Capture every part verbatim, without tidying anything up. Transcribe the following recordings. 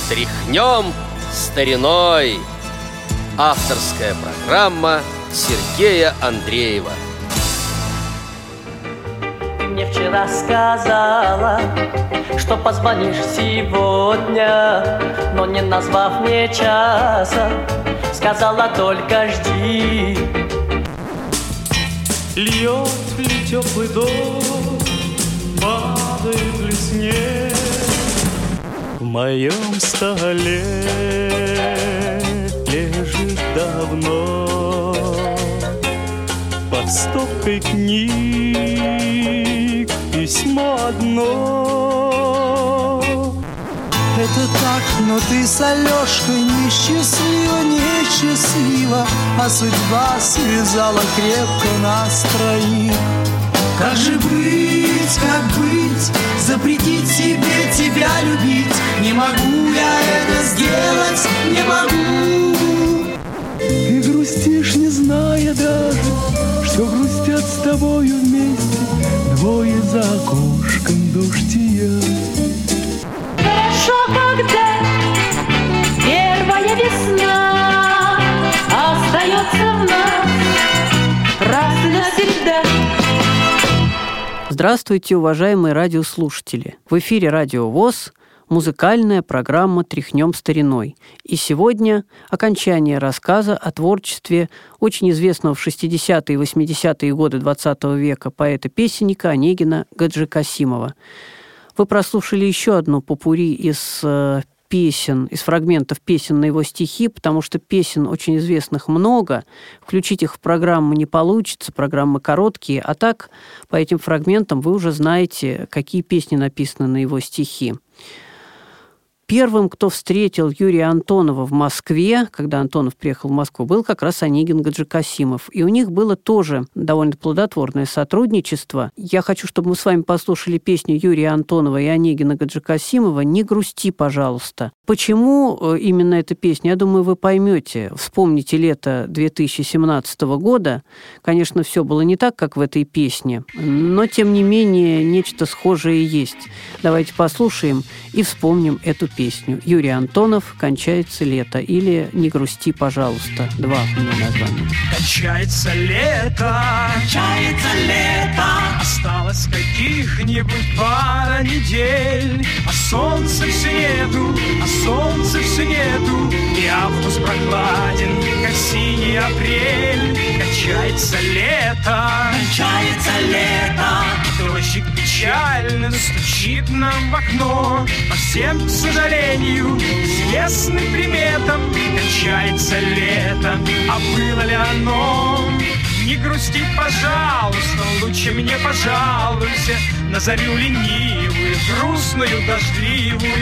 Тряхнем стариной. Авторская программа Сергея Андреева. Ты мне вчера сказала, что позвонишь сегодня, но не назвав мне часа, сказала только жди. Льет ли теплый дождь, падает ли снег, в моем столе лежит давно под стопкой книг письмо одно. Это так, но ты с Алешкой несчастлива, несчастлива, а судьба связала крепко нас троих. Как же быть, как быть, запретить себе тебя любить? Не могу я это сделать, не могу. Ты грустишь, не зная даже, что грустят с тобою вместе двое за окошком дождь и я. Хорошо, когда первая весна остается в нас раз и навсегда. Здравствуйте, уважаемые радиослушатели! В эфире Радио ВОС, музыкальная программа «Тряхнем стариной». И сегодня окончание рассказа о творчестве очень известного в шестидесятые и восьмидесятые годы двадцатого века поэта-песенника Онегина Гаджикасимова. Вы прослушали еще одну попурри из э, песен, из фрагментов песен на его стихи, потому что песен очень известных много. Включить их в программу не получится, программы короткие. А так, по этим фрагментам вы уже знаете, какие песни написаны на его стихи. Первым, кто встретил Юрия Антонова в Москве, когда Антонов приехал в Москву, был как раз Онегин Гаджикасимов. И у них было тоже довольно плодотворное сотрудничество. Я хочу, чтобы мы с вами послушали песню Юрия Антонова и Онегина Гаджикасимова «Не грусти, пожалуйста». Почему именно эта песня? Я думаю, вы поймете. Вспомните лето две тысячи семнадцатого года. Конечно, все было не так, как в этой песне, но, тем не менее, нечто схожее есть. Давайте послушаем и вспомним эту песню. Песню. Юрий Антонов «Кончается лето» или «Не грусти, пожалуйста». Два у меня названия. Кончается лето, кончается лето, осталось каких-нибудь пара недель, а солнца все нету, а солнца все нету, и август прохладен, как синий апрель. Кончается лето, кончается лето, дождик печально стучит нам в окно, по всем, к сожалению, известным приметам. Кончается лето, а было ли оно? Не грусти, пожалуйста, лучше мне пожалуйся на зарю ленивую, грустную, дождливую.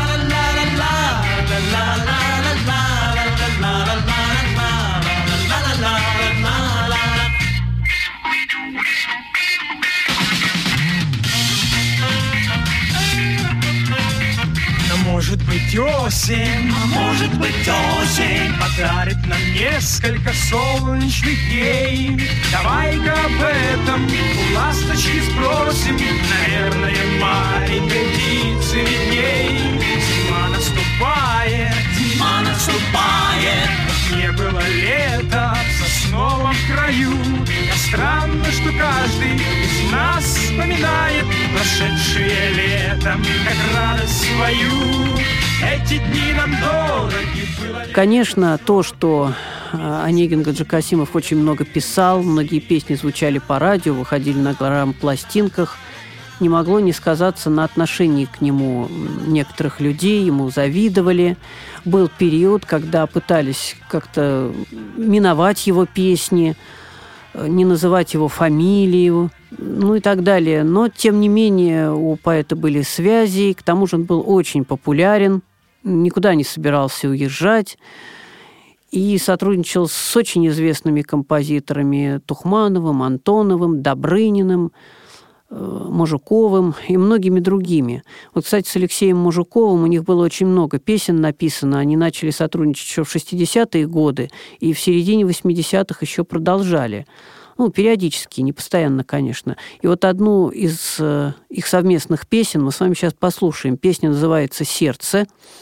Может быть, осень, а может быть, осень подарит нам несколько солнечных дней. Давай-ка об этом у ласточки спросим, наверное, маленькой птице видней. Зима наступает, зима наступает, не было лета в сосновом краю. А странно, что каждый из нас вспоминает прошедшее лето, как радость свою. Эти дни нам дороги было... Конечно, то, что Онегин Гаджикасимов очень много писал, многие песни звучали по радио, выходили на грамм-пластинках, не могло не сказаться на отношении к нему некоторых людей, ему завидовали. Был период, когда пытались как-то миновать его песни, не называть его фамилию, ну и так далее. Но, тем не менее, у поэта были связи, к тому же он был очень популярен, никуда не собирался уезжать и сотрудничал с очень известными композиторами Тухмановым, Антоновым, Добрыниным, Мужиковым и многими другими. Вот, кстати, с Алексеем Мужиковым у них было очень много песен написано. Они начали сотрудничать еще в шестидесятые годы и в середине восьмидесятых еще продолжали. Ну, периодически, не постоянно, конечно. И вот одну из э, их совместных песен мы с вами сейчас послушаем. Песня называется «Сердце».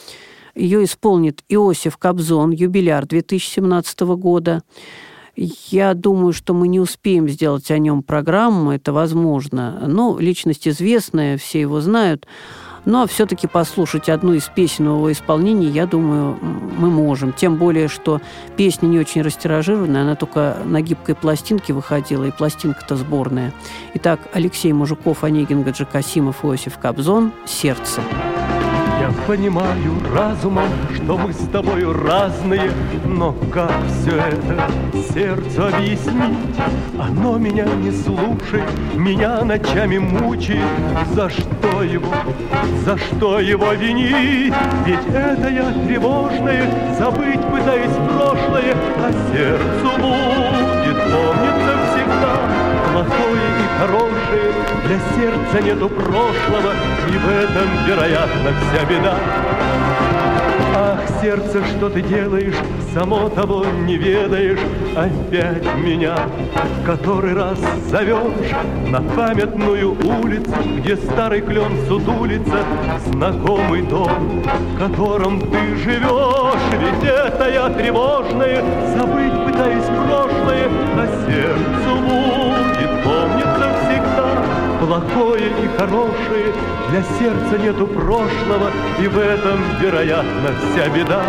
Ее исполнит Иосиф Кобзон, юбиляр две тысячи семнадцатого года. Я думаю, что мы не успеем сделать о нем программу, это возможно. Но личность известная, все его знают. Но все-таки послушать одну из песен его исполнения, я думаю, мы можем. Тем более, что песня не очень растиражированная, она только на гибкой пластинке выходила, и пластинка-то сборная. Итак, Алексей Мужиков, Онегин, Гаджи Касимов, Иосиф Кобзон «Сердце». Я понимаю разумом, что мы с тобою разные, но как все это сердцу объяснить? Оно меня не слушает, меня ночами мучает. За что его, за что его винить? Ведь это я тревожное, забыть пытаюсь прошлое, а сердцу будет помниться всегда плохое и хорошее. Для сердца нету прошлого, и в этом, вероятно, вся беда. Ах, сердце, что ты делаешь, само того не ведаешь, опять меня в который раз зовешь на памятную улицу, где старый клен сутулится, знакомый дом, в котором ты живешь. Ведь это я тревожное, забыть пытаюсь прошлое, а сердцу будет помниться всегда плохое и хорошее. Для сердца нету прошлого, и в этом, вероятно, вся беда.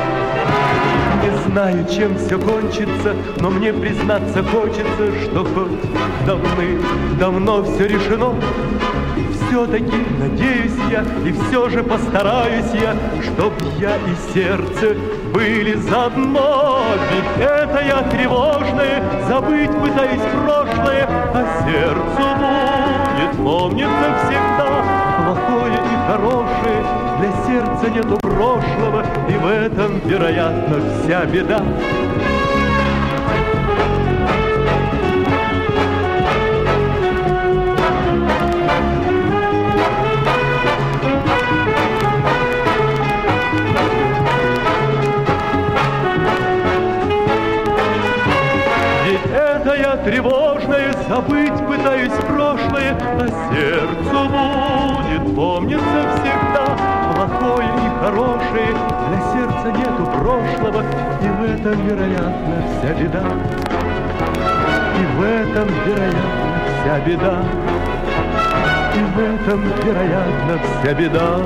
Не знаю, чем все кончится, но мне признаться хочется, что хоть давным-давно все решено. Все-таки надеюсь я, и все же постараюсь я, чтоб я и сердце были заодно. Ведь это я тревожное, забыть пытаюсь прошлое, а сердцу будет помниться всегда плохое и хорошее. Для сердца нету прошлого, и в этом, вероятно, вся беда. Тревожное, забыть пытаюсь прошлое, а сердцу будет помниться всегда плохое и хорошее. Для сердца нету прошлого, и в этом, вероятно, вся беда. И в этом, вероятно, вся беда. И в этом, вероятно, вся беда.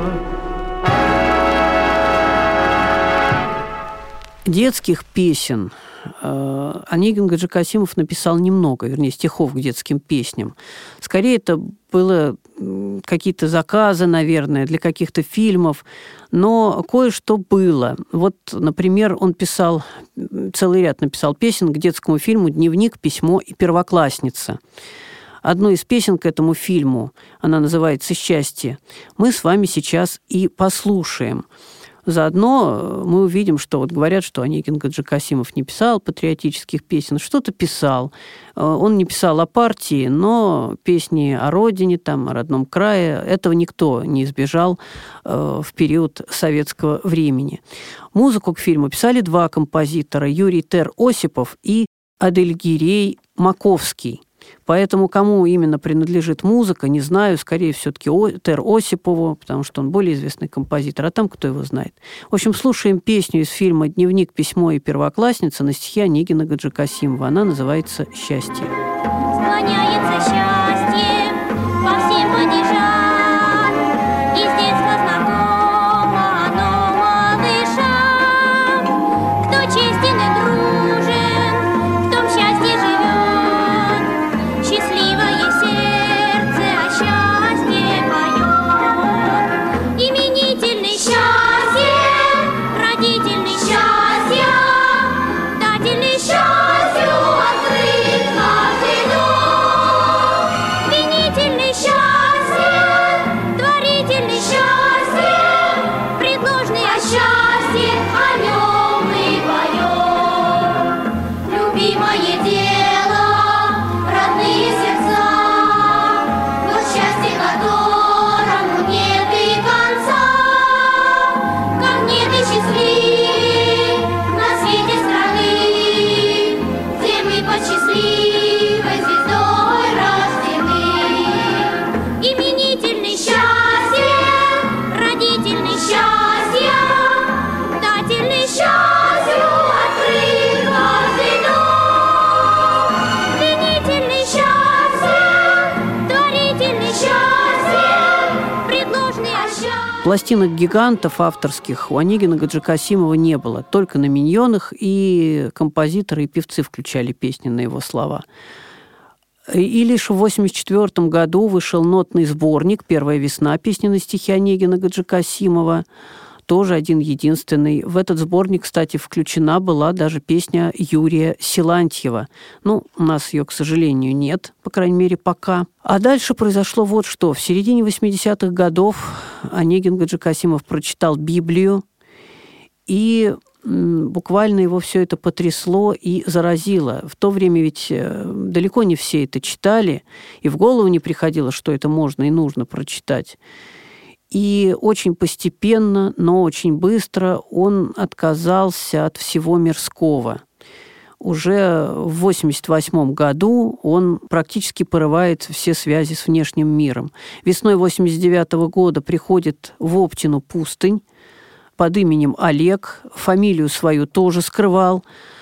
Детских песен Онегин Гаджи Касимов написал немного, вернее, стихов к детским песням. Скорее, это было какие-то заказы, наверное, для каких-то фильмов, но кое-что было. Вот, например, он писал, целый ряд написал песен к детскому фильму «Дневник, письмо и первоклассница». Одну из песен к этому фильму, она называется «Счастье», мы с вами сейчас и послушаем. Заодно мы увидим, что вот говорят, что Онегин Гаджи Касимов не писал патриотических песен, что-то писал. Он не писал о партии, но песни о родине, там, о родном крае, этого никто не избежал в период советского времени. Музыку к фильму писали два композитора, Юрий Тер-Осипов и Адельгирей Маковский. Поэтому кому именно принадлежит музыка, не знаю, скорее все-таки Тер-Осипову, потому что он более известный композитор, а там кто его знает. В общем, слушаем песню из фильма «Дневник, письмо и первоклассница» на стихи Онегина Гаджи Касимова. Она называется «Счастье». Склоняется счастье по всем падежам, и с детства знакомо оно малышам. Кто честен и дружен, в том счастье живет. Счастливое сердце о счастье поет. Именительный счастье, родительный счастье, дательный счастью открыт каждый дом. Винительный счастье, Пластинок гигантов авторских у Онегина Гаджикасимова не было. Только на «Миньонах» и композиторы и певцы включали песни на его слова. И лишь в восемьдесят четвёртом году вышел нотный сборник «Первая весна», песни на стихи Онегина Гаджикасимова. Тоже один-единственный. В этот сборник, кстати, включена была даже песня Юрия Силантьева. Ну, у нас ее, к сожалению, нет, по крайней мере, пока. А дальше произошло вот что. В середине восьмидесятых годов Онегин Гаджикасимов прочитал Библию, и буквально его все это потрясло и заразило. В то время ведь далеко не все это читали, и в голову не приходило, что это можно и нужно прочитать. И очень постепенно, но очень быстро он отказался от всего мирского. Уже в восемьдесят восьмом году он практически порывает все связи с внешним миром. Весной восемьдесят девятого года приходит в Оптину пустынь под именем Олег. Фамилию свою тоже скрывал.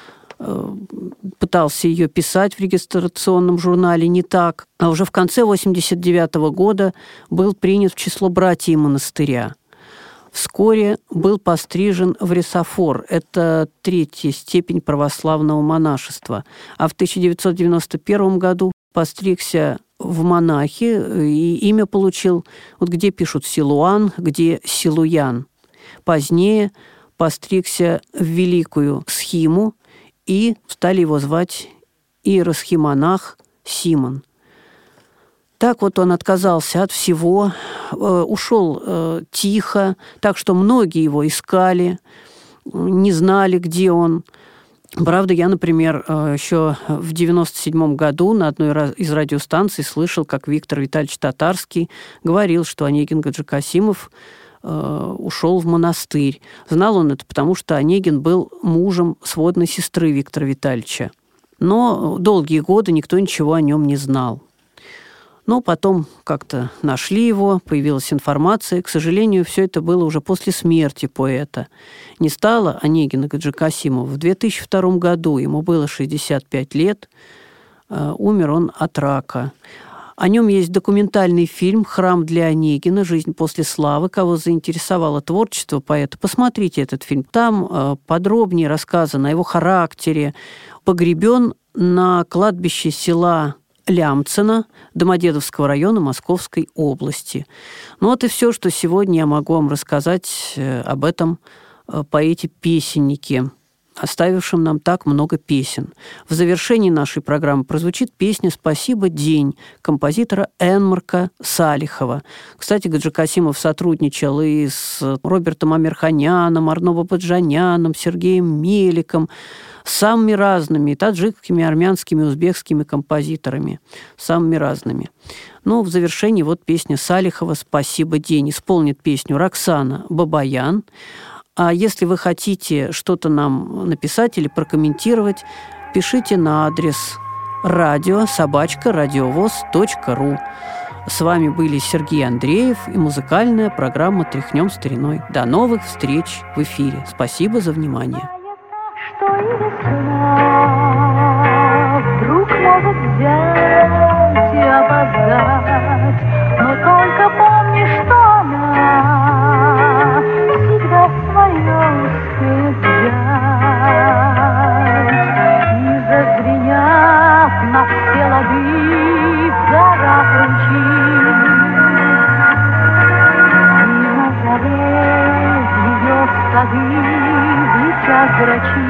Пытался ее писать в регистрационном журнале не так. А уже в конце восемьдесят девятого года был принят в число братьев монастыря. Вскоре был пострижен в ресофор. Это третья степень православного монашества. А в тысяча девятьсот девяносто первом году постригся в монахи и имя получил, вот где пишут Силуан, где Силуян. Позднее постригся в великую схиму, и стали его звать иеросхимонах Симон. Так вот он отказался от всего, э, ушел э, тихо, так что многие его искали, не знали, где он. Правда, я, например, э, еще в девяносто седьмом году на одной из радиостанций слышал, как Виктор Витальевич Татарский говорил, что Онегин Гаджикасимов ушел в монастырь. Знал он это, потому что Онегин был мужем сводной сестры Виктора Витальевича. Но долгие годы никто ничего о нем не знал. Но потом как-то нашли его, появилась информация. К сожалению, все это было уже после смерти поэта. Не стало Онегина Гаджикасимова в две тысячи втором году. Ему было шестьдесят пять лет. Умер он от рака. О нем есть документальный фильм «Храм для Онегина. Жизнь после славы». Кого заинтересовало творчество поэта, посмотрите этот фильм. Там э, подробнее рассказано о его характере. Погребен на кладбище села Лямцина Домодедовского района Московской области. Ну вот и все, что сегодня я могу вам рассказать э, об этом э, поэте-песеннике, оставившим нам так много песен. В завершении нашей программы прозвучит песня «Спасибо, день» композитора Энмарка Салихова. Кстати, Гаджикасимов сотрудничал и с Робертом Амирханяном, Арно Бабаджаняном, Сергеем Меликом, с самыми разными, таджикскими, армянскими, узбекскими композиторами, самыми разными. Ну, в завершении вот песня Салихова «Спасибо, день». Исполнит песню Роксана Бабаян. А если вы хотите что-то нам написать или прокомментировать, пишите на адрес радио собака радиовоз точка ру. С вами были Сергей Андреев и музыкальная программа «Тряхнем стариной». До новых встреч в эфире. Спасибо за внимание. Что и весна вдруг может взять и опоздать, но только помни, что она всегда свое успеет взять. И зазвенят на все лады в горах ручьи, и на заре ее сады влетят грачи.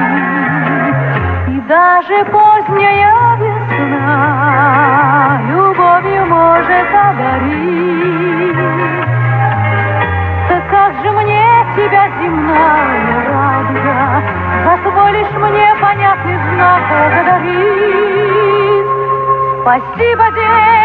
И даже поздняя весна любовью может одарить. Так как же мне тебя, земная радуга, за твой лишь мне понятный знак благодарить? Спасибо, день.